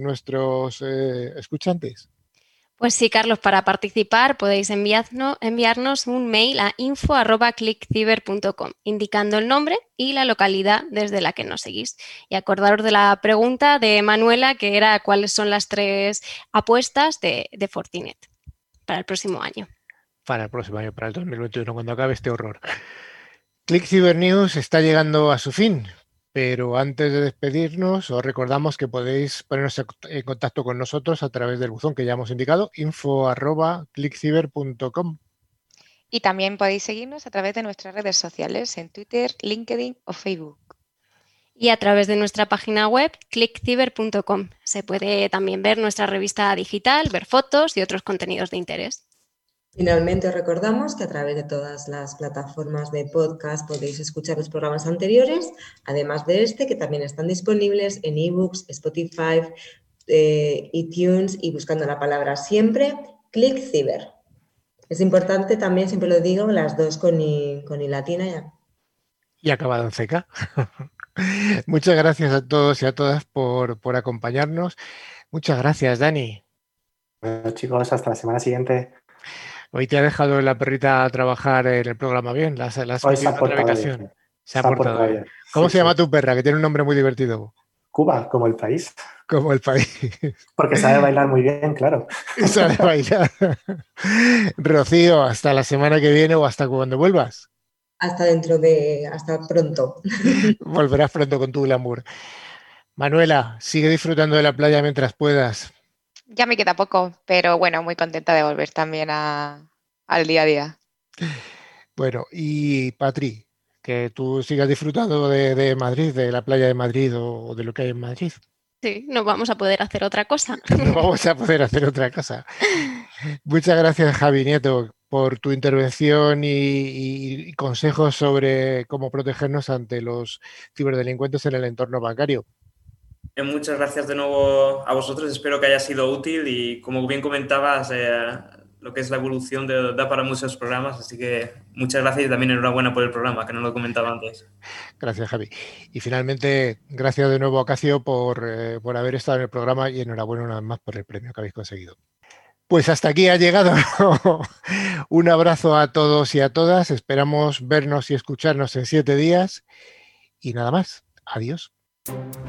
escuchantes? Pues sí, Carlos, para participar podéis enviarnos un mail a info@clickciber.com indicando el nombre y la localidad desde la que nos seguís. Y acordaros de la pregunta de Manuela, que era cuáles son las 3 apuestas de Fortinet para el próximo año. Para el próximo año, para el 2021, cuando acabe este horror. ClickCiber News está llegando a su fin. Pero antes de despedirnos, os recordamos que podéis ponernos en contacto con nosotros a través del buzón que ya hemos indicado, info@clickciber.com. Y también podéis seguirnos a través de nuestras redes sociales en Twitter, LinkedIn o Facebook. Y a través de nuestra página web, clickciber.com. Se puede también ver nuestra revista digital, ver fotos y otros contenidos de interés. Finalmente os recordamos que a través de todas las plataformas de podcast podéis escuchar los programas anteriores, además de este, que también están disponibles en ebooks, Spotify, iTunes y buscando la palabra siempre, ClickCiber. Es importante también, siempre lo digo, las 2 con I latina ya. Y acabado en CK. Muchas gracias a todos y a todas por acompañarnos. Muchas gracias, Dani. Bueno, chicos, hasta la semana siguiente. Hoy te ha dejado la perrita a trabajar en el programa bien. Hoy se ha portado bien. Se ha portado bien. ¿Cómo se llama tu perra? Que tiene un nombre muy divertido. Cuba, como el país. Como el país. Porque sabe bailar muy bien, claro. Sabe bailar. Rocío, hasta la semana que viene o hasta cuando vuelvas. Hasta pronto. Volverás pronto con tu glamour. Manuela, sigue disfrutando de la playa mientras puedas. Ya me queda poco, pero bueno, muy contenta de volver también al día a día. Bueno, y Patri, que tú sigas disfrutando de Madrid, de la playa de Madrid o de lo que hay en Madrid. Sí, no vamos a poder hacer otra cosa. No vamos a poder hacer otra cosa. Muchas gracias, Javi Nieto, por tu intervención y consejos sobre cómo protegernos ante los ciberdelincuentes en el entorno bancario. Muchas gracias de nuevo a vosotros, espero que haya sido útil y como bien comentabas, lo que es la evolución da para muchos programas, así que muchas gracias y también enhorabuena por el programa, que no lo comentaba antes. Gracias, Javi. Y finalmente, gracias de nuevo a Acacio por haber estado en el programa y enhorabuena una vez más por el premio que habéis conseguido. Pues hasta aquí ha llegado. Un abrazo a todos y a todas, esperamos vernos y escucharnos en 7 días y nada más. Adiós.